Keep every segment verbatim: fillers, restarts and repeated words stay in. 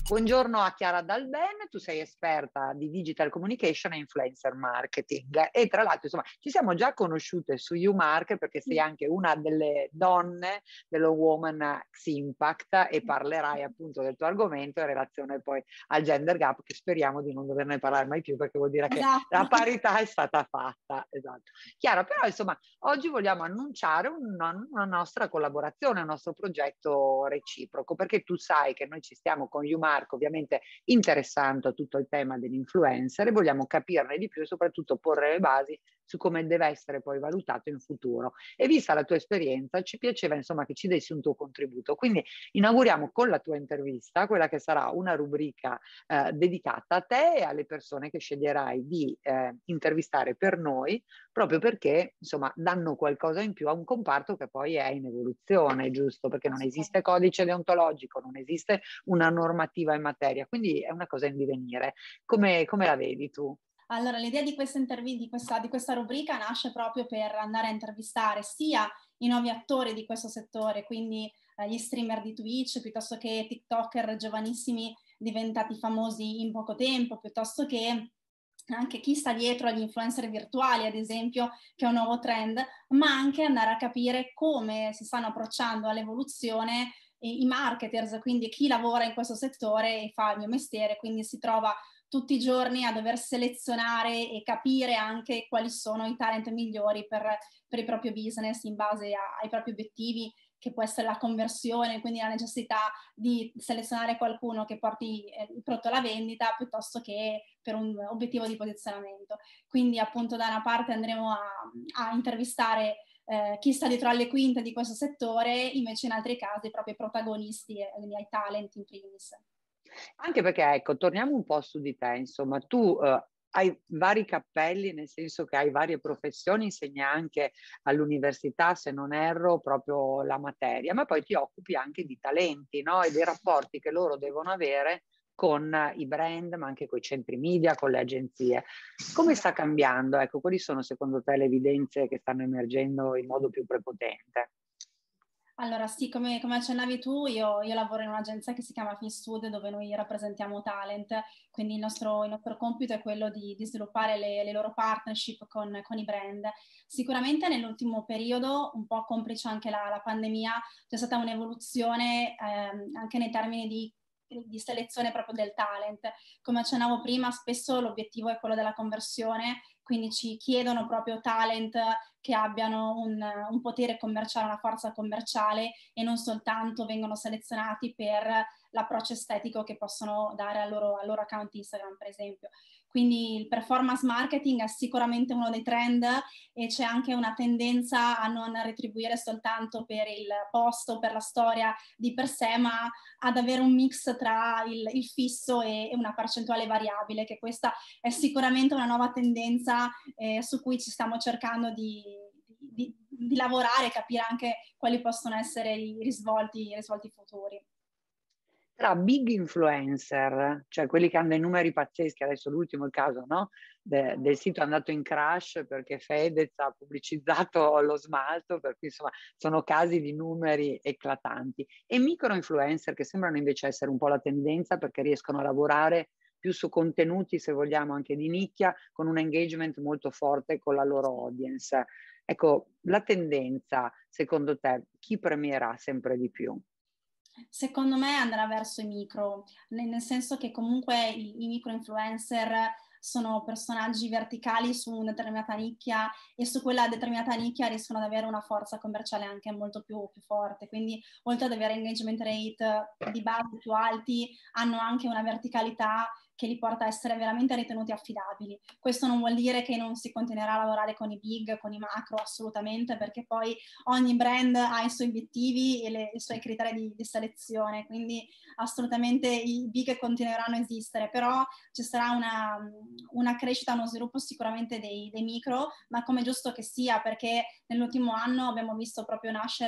Buongiorno a Chiara Dalben, tu sei esperta di digital communication e influencer marketing e tra l'altro insomma ci siamo già conosciute su YouMark perché sei anche una delle donne dello Woman X Impact e parlerai appunto del tuo argomento in relazione poi al gender gap, che speriamo di non doverne parlare mai più perché vuol dire che Esatto. la parità è stata fatta. Esatto. Chiara, però insomma oggi vogliamo annunciare una, una nostra collaborazione, un nostro progetto reciproco, perché tu sai che noi ci stiamo con YouMark ovviamente interessando a tutto il tema dell'influencer e vogliamo capirne di più e soprattutto porre le basi su come deve essere poi valutato in futuro. E vista la tua esperienza, ci piaceva insomma che ci dessi un tuo contributo. Quindi inauguriamo con la tua intervista quella che sarà una rubrica eh, dedicata a te e alle persone che sceglierai di eh, intervistare per noi, proprio perché insomma danno qualcosa in più a un comparto che poi è in evoluzione, giusto? Perché non esiste codice deontologico, non esiste una normativa in materia, quindi è una cosa in divenire. Come, come la vedi tu? Allora, l'idea di questa, intervi- di, questa, di questa rubrica nasce proprio per andare a intervistare sia i nuovi attori di questo settore, quindi eh, gli streamer di Twitch, piuttosto che TikToker giovanissimi diventati famosi in poco tempo, piuttosto che anche chi sta dietro agli influencer virtuali, ad esempio, che è un nuovo trend, ma anche andare a capire come si stanno approcciando all'evoluzione i marketers, quindi chi lavora in questo settore e fa il mio mestiere, quindi si trova tutti i giorni a dover selezionare e capire anche quali sono i talent migliori per, per il proprio business in base a, ai propri obiettivi, che può essere la conversione, quindi la necessità di selezionare qualcuno che porti eh, il prodotto alla vendita piuttosto che per un obiettivo di posizionamento. Quindi appunto da una parte andremo a, a intervistare eh, chi sta dietro alle quinte di questo settore, invece in altri casi proprio i protagonisti e quindi ai talent in primis. Anche perché, ecco, torniamo un po' su di te, insomma, tu eh, hai vari cappelli, nel senso che hai varie professioni, insegni anche all'università, se non erro, proprio la materia, ma poi ti occupi anche di talenti, no? E dei rapporti che loro devono avere con i brand, ma anche con i centri media, con le agenzie. Come sta cambiando? Ecco, quali sono secondo te le evidenze che stanno emergendo in modo più prepotente? Allora sì, come, come accennavi tu, io, io lavoro in un'agenzia che si chiama FinStud, dove noi rappresentiamo talent, quindi il nostro, il nostro compito è quello di, di sviluppare le, le loro partnership con, con i brand. Sicuramente nell'ultimo periodo, un po' complice anche la, la pandemia, c'è stata un'evoluzione ehm, anche nei termini di di selezione proprio del talent. Come accennavo prima, spesso l'obiettivo è quello della conversione, quindi ci chiedono proprio talent che abbiano un, un potere commerciale, una forza commerciale e non soltanto vengono selezionati per l'approccio estetico che possono dare al loro, al loro account Instagram, per esempio. Quindi il performance marketing è sicuramente uno dei trend e c'è anche una tendenza a non retribuire soltanto per il posto, per la storia di per sé, ma ad avere un mix tra il, il fisso e, e una percentuale variabile, che questa è sicuramente una nuova tendenza eh, su cui ci stiamo cercando di, di, di lavorare e capire anche quali possono essere i risvolti, i risvolti futuri. Tra big influencer, cioè quelli che hanno dei numeri pazzeschi, adesso l'ultimo il caso, no? De, del sito è andato in crash perché Fedez ha pubblicizzato lo smalto, per cui insomma sono casi di numeri eclatanti. E micro influencer che sembrano invece essere un po' la tendenza perché riescono a lavorare più su contenuti, se vogliamo, anche di nicchia, con un engagement molto forte con la loro audience. Ecco, la tendenza, secondo te, chi premierà sempre di più? Secondo me andrà verso i micro, nel senso che comunque i, i micro influencer sono personaggi verticali su una determinata nicchia e su quella determinata nicchia riescono ad avere una forza commerciale anche molto più, più forte. Quindi oltre ad avere engagement rate di base più alti, hanno anche una verticalità che li porta a essere veramente ritenuti affidabili. Questo non vuol dire che non si continuerà a lavorare con i big, con i macro, assolutamente, perché poi ogni brand ha i suoi obiettivi e le, i suoi criteri di, di selezione, quindi assolutamente i big continueranno a esistere, però ci sarà una, una crescita, uno sviluppo sicuramente dei, dei micro, ma come è giusto che sia, perché nell'ultimo anno abbiamo visto proprio nascere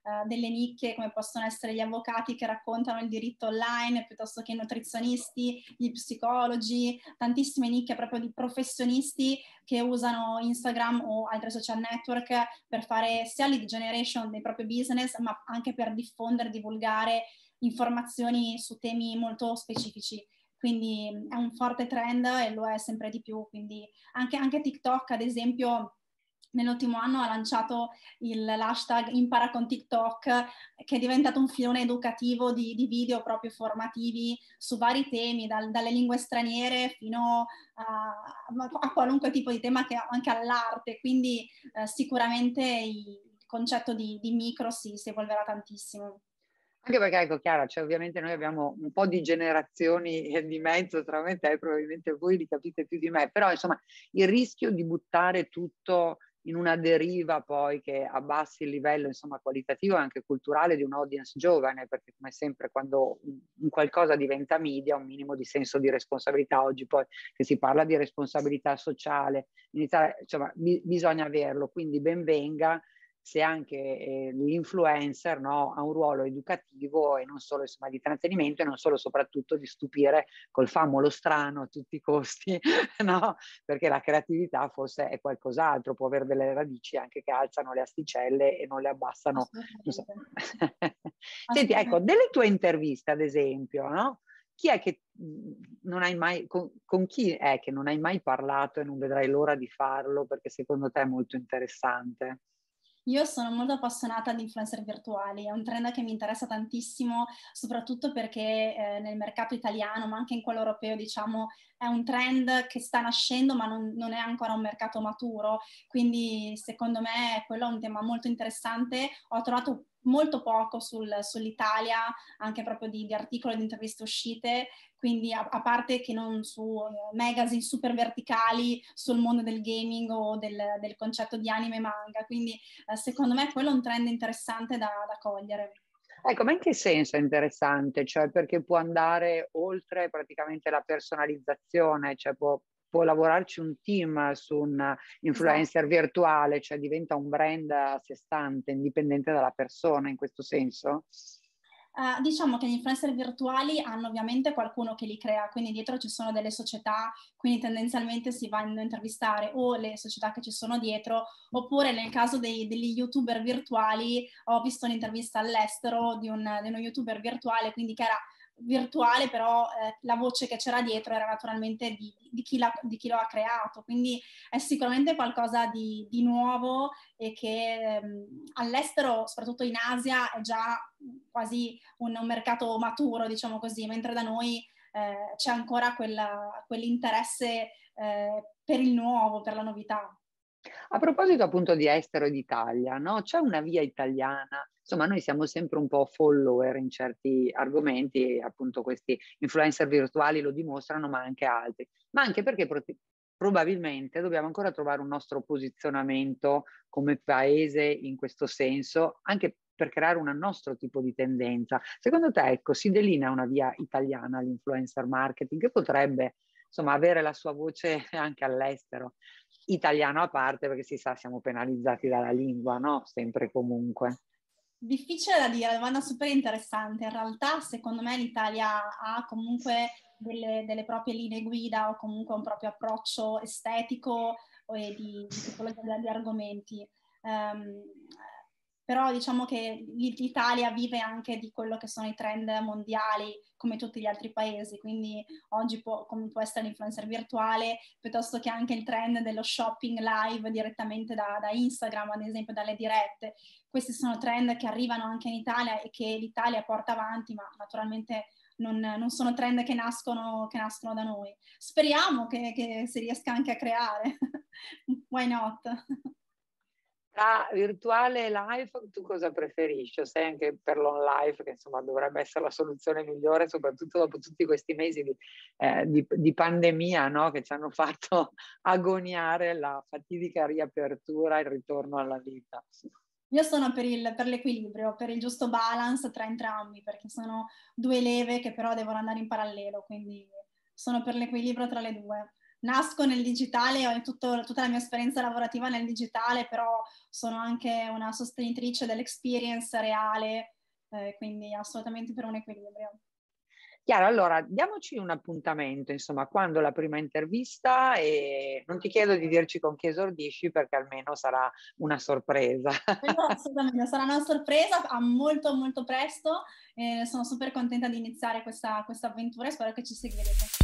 uh, delle nicchie come possono essere gli avvocati che raccontano il diritto online, piuttosto che i nutrizionisti, gli psicologi, tantissime nicchie proprio di professionisti che usano Instagram o altri social network per fare sia lead generation dei propri business, ma anche per diffondere, divulgare informazioni su temi molto specifici. Quindi è un forte trend e lo è sempre di più. Quindi anche, anche TikTok, ad esempio, nell'ultimo anno ha lanciato il, l'hashtag Impara con TikTok, che è diventato un filone educativo di, di video proprio formativi su vari temi, dal, dalle lingue straniere fino a, a qualunque tipo di tema, che anche all'arte. Quindi eh, sicuramente il concetto di, di micro si, si evolverà tantissimo. Anche perché, ecco, Chiara, cioè, ovviamente noi abbiamo un po' di generazioni di mezzo tra me e te, probabilmente voi li capite più di me, però insomma il rischio di buttare tutto in una deriva poi che abbassi il livello, insomma, qualitativo e anche culturale di un audience giovane, perché come sempre quando un qualcosa diventa media, un minimo di senso di responsabilità, oggi poi che si parla di responsabilità sociale, in Italia, insomma, bi- bisogna averlo, quindi ben venga se anche eh, l'influencer, no, ha un ruolo educativo e non solo, insomma, di intrattenimento e non solo, soprattutto di stupire col famolo strano a tutti i costi, no? Perché la creatività forse è qualcos'altro, può avere delle radici anche che alzano le asticelle e non le abbassano. Non so. Senti, ecco, delle tue interviste, ad esempio, no? Chi è che non hai mai, con, con chi è che non hai mai parlato e non vedrai l'ora di farlo perché secondo te è molto interessante? Io sono molto appassionata di influencer virtuali, è un trend che mi interessa tantissimo, soprattutto perché eh, nel mercato italiano, ma anche in quello europeo, diciamo, è un trend che sta nascendo, ma non, non è ancora un mercato maturo. Quindi, secondo me, quello è un tema molto interessante. Ho trovato molto poco sul, sull'Italia, anche proprio di, di articoli, di interviste uscite, quindi a, a parte che non su uh, magazine super verticali sul mondo del gaming o del, del concetto di anime e manga, quindi uh, secondo me quello è un trend interessante da, da cogliere. Ecco, ma in che senso è interessante? Cioè, perché può andare oltre praticamente la personalizzazione, cioè può, può lavorarci un team su un influencer Esatto. virtuale, cioè diventa un brand a sé stante, indipendente dalla persona, in questo senso? Uh, diciamo che gli influencer virtuali hanno ovviamente qualcuno che li crea, quindi dietro ci sono delle società, quindi tendenzialmente si vanno a intervistare o le società che ci sono dietro, oppure nel caso dei, degli youtuber virtuali, ho visto un'intervista all'estero di, un, di uno youtuber virtuale, quindi che era virtuale, però eh, la voce che c'era dietro era naturalmente di, di, chi di chi lo ha creato, quindi è sicuramente qualcosa di, di nuovo e che ehm, all'estero, soprattutto in Asia, è già quasi un, un mercato maturo, diciamo così, mentre da noi eh, c'è ancora quella, quell'interesse eh, per il nuovo, per la novità. A proposito appunto di estero e d'Italia, no? C'è una via italiana, insomma noi siamo sempre un po' follower in certi argomenti, appunto questi influencer virtuali lo dimostrano, ma anche altri, ma anche perché pro- probabilmente dobbiamo ancora trovare un nostro posizionamento come paese in questo senso, anche per creare un nostro tipo di tendenza. Secondo te, ecco, si delinea una via italiana all'influencer marketing che potrebbe, insomma, avere la sua voce anche all'estero? Italiano a parte, perché si sa, siamo penalizzati dalla lingua, no? Sempre e comunque. Difficile da dire, domanda super interessante. In realtà, secondo me, l'Italia ha comunque delle, delle proprie linee guida o comunque un proprio approccio estetico e di, di tipologia di argomenti. Um, però diciamo che l'Italia vive anche di quello che sono i trend mondiali come tutti gli altri paesi, quindi oggi può, come può essere l'influencer virtuale, piuttosto che anche il trend dello shopping live direttamente da, da Instagram, ad esempio dalle dirette. Questi sono trend che arrivano anche in Italia e che l'Italia porta avanti, ma naturalmente non, non sono trend che nascono, che nascono da noi. Speriamo che, che si riesca anche a creare. Why not? Tra virtuale e live, tu cosa preferisci? O sei anche per l'on-live, che insomma dovrebbe essere la soluzione migliore, soprattutto dopo tutti questi mesi di, eh, di, di pandemia, no? Che ci hanno fatto agoniare la fatidica riapertura e il ritorno alla vita. Io sono per, il, per l'equilibrio, per il giusto balance tra entrambi, perché sono due leve che però devono andare in parallelo, quindi sono per l'equilibrio tra le due. nasco nel digitale, ho tutto, tutta la mia esperienza lavorativa nel digitale, però sono anche una sostenitrice dell'experience reale, eh, quindi assolutamente per un equilibrio. Chiaro, allora diamoci un appuntamento, insomma, quando la prima intervista, e non ti chiedo di dirci con chi esordisci perché almeno sarà una sorpresa. Quello assolutamente sarà una sorpresa, a molto molto presto, e sono super contenta di iniziare questa, questa avventura e spero che ci seguirete.